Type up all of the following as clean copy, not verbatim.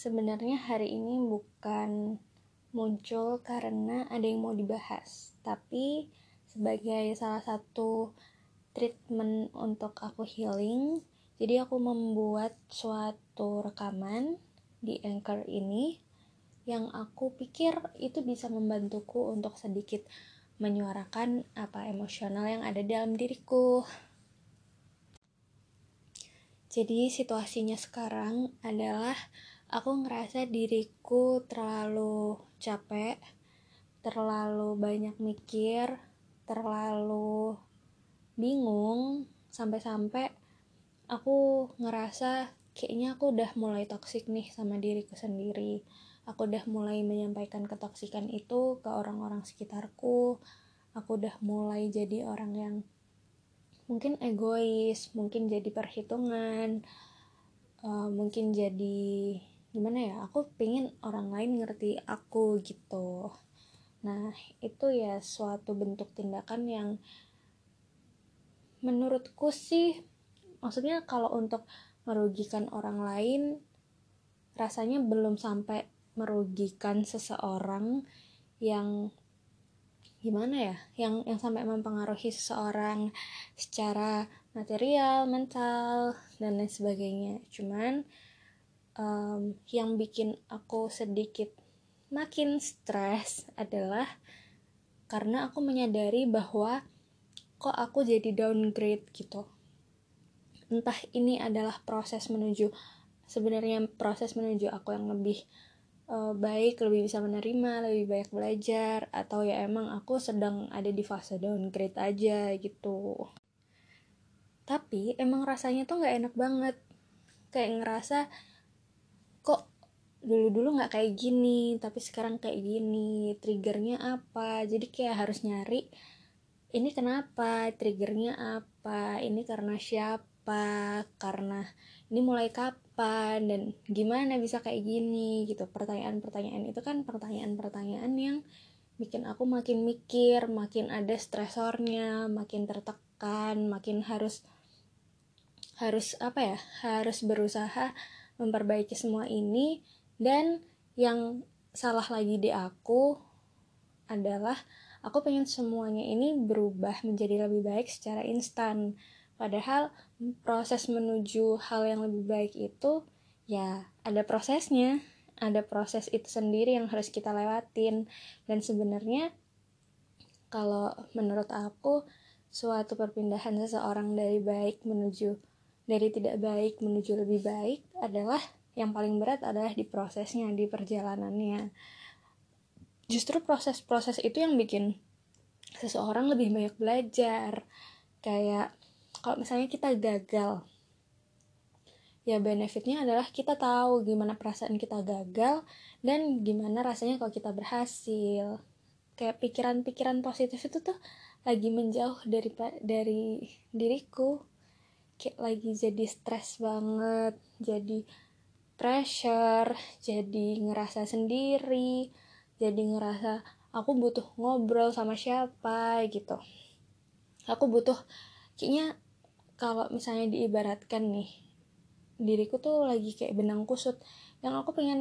Sebenarnya hari ini bukan muncul karena ada yang mau dibahas, tapi sebagai salah satu treatment untuk aku healing, jadi aku membuat suatu rekaman di Anchor ini yang aku pikir itu bisa membantuku untuk sedikit menyuarakan apa emosional yang ada dalam diriku. Jadi situasinya sekarang adalah aku ngerasa diriku terlalu capek, terlalu banyak mikir, terlalu bingung, sampai-sampai aku ngerasa kayaknya aku udah mulai toksik nih sama diriku sendiri. Aku udah mulai menyampaikan ketoksikan itu ke orang-orang sekitarku. Aku udah mulai jadi orang yang mungkin egois, mungkin jadi perhitungan, mungkin jadi gimana ya, aku pengen orang lain ngerti aku gitu. Nah itu ya suatu bentuk tindakan yang menurutku sih, maksudnya kalau untuk merugikan orang lain rasanya belum sampai merugikan seseorang yang gimana ya, yang sampai mempengaruhi seseorang secara material, mental, dan lain sebagainya. Cuman yang bikin aku sedikit makin stres adalah karena aku menyadari bahwa kok aku jadi downgrade gitu. Entah ini adalah sebenarnya proses menuju aku yang lebih baik, lebih bisa menerima, lebih banyak belajar, atau ya emang aku sedang ada di fase downgrade aja gitu. Tapi emang rasanya tuh gak enak banget, kayak ngerasa kok dulu-dulu gak kayak gini, tapi sekarang kayak gini, triggernya apa, jadi kayak harus nyari ini kenapa, triggernya apa, ini karena siapa, karena ini mulai kapan, dan gimana bisa kayak gini gitu. Pertanyaan-pertanyaan itu kan pertanyaan-pertanyaan yang bikin aku makin mikir, makin ada stresornya, makin tertekan, makin harus berusaha memperbaiki semua ini. Dan yang salah lagi di aku adalah aku pengen semuanya ini berubah menjadi lebih baik secara instan. Padahal proses menuju hal yang lebih baik itu ya ada prosesnya. Ada proses itu sendiri yang harus kita lewatin. Dan sebenarnya kalau menurut aku suatu perpindahan seseorang dari tidak baik menuju lebih baik adalah yang paling berat adalah di prosesnya, di perjalanannya. Justru proses-proses itu yang bikin seseorang lebih banyak belajar. Kayak kalau misalnya kita gagal, ya benefitnya adalah kita tahu gimana perasaan kita gagal dan gimana rasanya kalau kita berhasil. Kayak pikiran-pikiran positif itu tuh lagi menjauh dari diriku. Kayak lagi jadi stres banget, jadi pressure, jadi ngerasa sendiri, jadi ngerasa aku butuh ngobrol sama siapa gitu. Aku butuh, kayaknya kalau misalnya diibaratkan nih, diriku tuh lagi kayak benang kusut yang aku pengen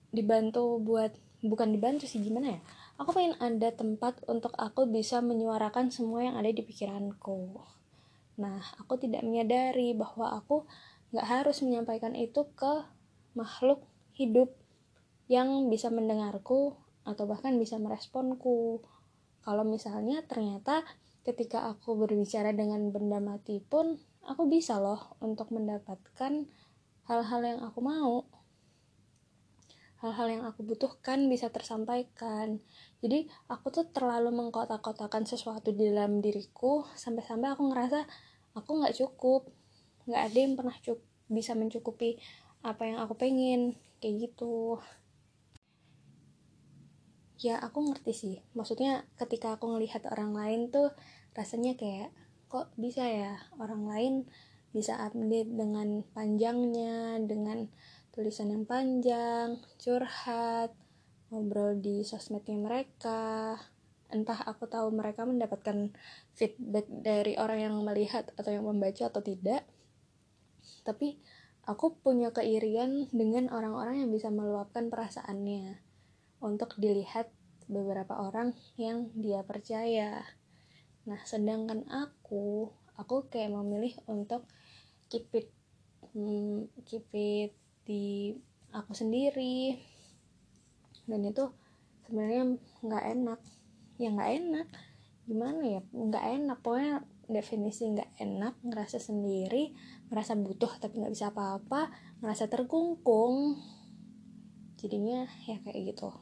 bukan dibantu sih, gimana ya, aku pengen ada tempat untuk aku bisa menyuarakan semua yang ada di pikiranku. Nah aku tidak menyadari bahwa aku gak harus menyampaikan itu ke makhluk hidup yang bisa mendengarku atau bahkan bisa meresponku. Kalau misalnya ternyata ketika aku berbicara dengan benda mati pun aku bisa loh untuk mendapatkan hal-hal yang aku mau, hal-hal yang aku butuhkan bisa tersampaikan. Jadi aku tuh terlalu mengkotak-kotakan sesuatu di dalam diriku sampai-sampai aku ngerasa aku gak cukup, gak ada yang pernah bisa mencukupi apa yang aku pengen, kayak gitu. Ya aku ngerti sih, maksudnya ketika aku ngelihat orang lain tuh rasanya kayak kok bisa ya orang lain bisa update dengan panjangnya, dengan tulisan yang panjang, curhat, ngobrol di sosmednya mereka. Entah aku tahu mereka mendapatkan feedback dari orang yang melihat atau yang membaca atau tidak, tapi aku punya keirian dengan orang-orang yang bisa meluapkan perasaannya untuk dilihat beberapa orang yang dia percaya. Nah, sedangkan aku kayak memilih untuk keep it di aku sendiri, dan itu sebenarnya nggak enak. Gimana ya, nggak enak, pokoknya definisi nggak enak, ngerasa sendiri, ngerasa butuh tapi nggak bisa apa-apa, ngerasa terkungkung, jadinya ya kayak gitu.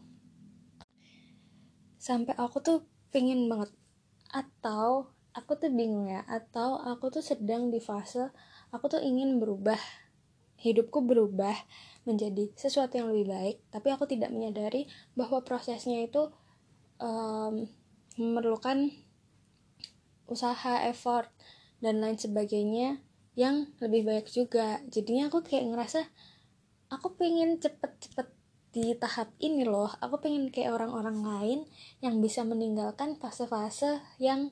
Sampai aku tuh pengen banget, atau aku tuh bingung ya, atau aku tuh sedang di fase aku tuh ingin berubah, hidupku berubah menjadi sesuatu yang lebih baik, tapi aku tidak menyadari bahwa prosesnya itu memerlukan usaha, effort, dan lain sebagainya yang lebih baik juga. Jadinya aku kayak ngerasa aku pengen cepet-cepet di tahap ini loh. Aku pengen kayak orang-orang lain yang bisa meninggalkan fase-fase yang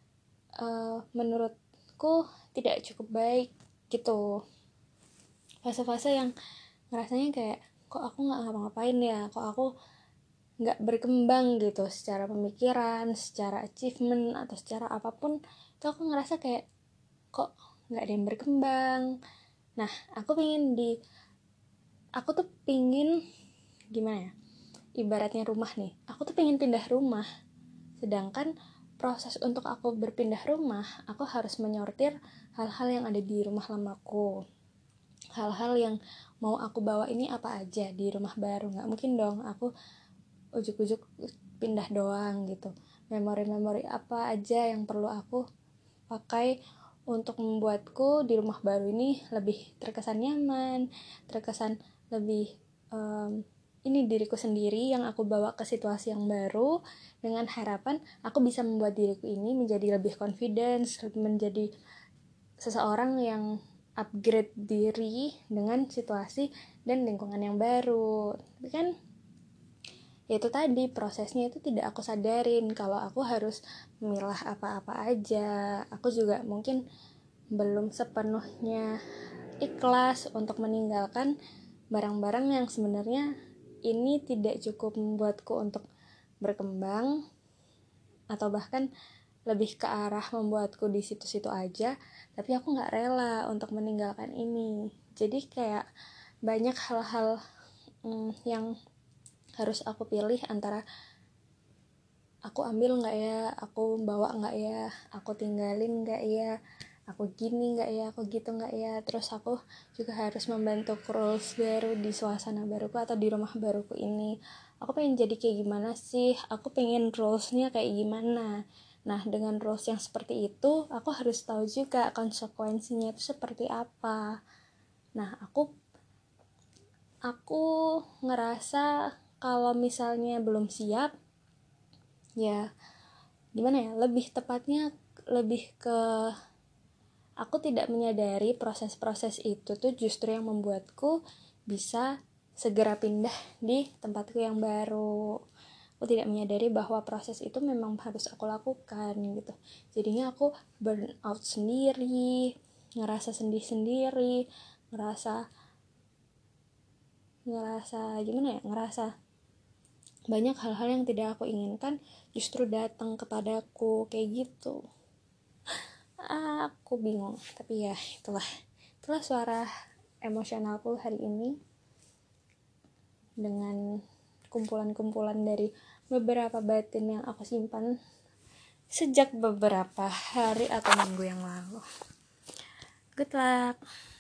menurutku tidak cukup baik gitu. Fase-fase yang ngerasanya kayak kok aku nggak ngapa-ngapain ya, kok aku nggak berkembang gitu secara pemikiran, secara achievement, atau secara apapun. Itu aku ngerasa kayak kok nggak ada yang berkembang. Nah, aku tuh pingin gimana ya, ibaratnya rumah nih, aku tuh pengen pindah rumah, sedangkan proses untuk aku berpindah rumah, aku harus menyortir hal-hal yang ada di rumah lamaku, hal-hal yang mau aku bawa ini apa aja di rumah baru. Nggak mungkin dong aku ujuk-ujuk pindah doang gitu. Memori-memori apa aja yang perlu aku pakai untuk membuatku di rumah baru ini lebih terkesan nyaman, terkesan lebih ini diriku sendiri yang aku bawa ke situasi yang baru, dengan harapan aku bisa membuat diriku ini menjadi lebih confidence, menjadi seseorang yang upgrade diri dengan situasi dan lingkungan yang baru. Tapi kan itu tadi, prosesnya itu tidak aku sadarin kalau aku harus memilah apa-apa aja. Aku juga mungkin belum sepenuhnya ikhlas untuk meninggalkan barang-barang yang sebenarnya ini tidak cukup membuatku untuk berkembang, atau bahkan lebih ke arah membuatku di situ-situ aja, tapi aku nggak rela untuk meninggalkan ini. Jadi kayak banyak hal-hal yang harus aku pilih antara aku ambil nggak ya, aku bawa nggak ya, aku tinggalin nggak ya, aku gini nggak ya, aku gitu nggak ya. Terus aku juga harus membentuk rules baru di suasana baruku atau di rumah baruku ini. Aku pengen jadi kayak gimana sih, aku pengen rulesnya kayak gimana. Nah, dengan rules yang seperti itu, aku harus tahu juga konsekuensinya itu seperti apa. Nah, aku ngerasa kalau misalnya belum siap, ya gimana ya, lebih tepatnya lebih ke aku tidak menyadari proses-proses itu tuh justru yang membuatku bisa segera pindah di tempatku yang baru. Aku tidak menyadari bahwa proses itu memang harus aku lakukan gitu. Jadinya aku burn out sendiri, ngerasa sedih sendiri, ngerasa gimana ya, ngerasa banyak hal-hal yang tidak aku inginkan justru datang kepadaku kayak gitu. Aku bingung, tapi ya itulah suara emosionalku hari ini, dengan kumpulan-kumpulan dari beberapa batin yang aku simpan sejak beberapa hari atau minggu yang lalu. Good luck.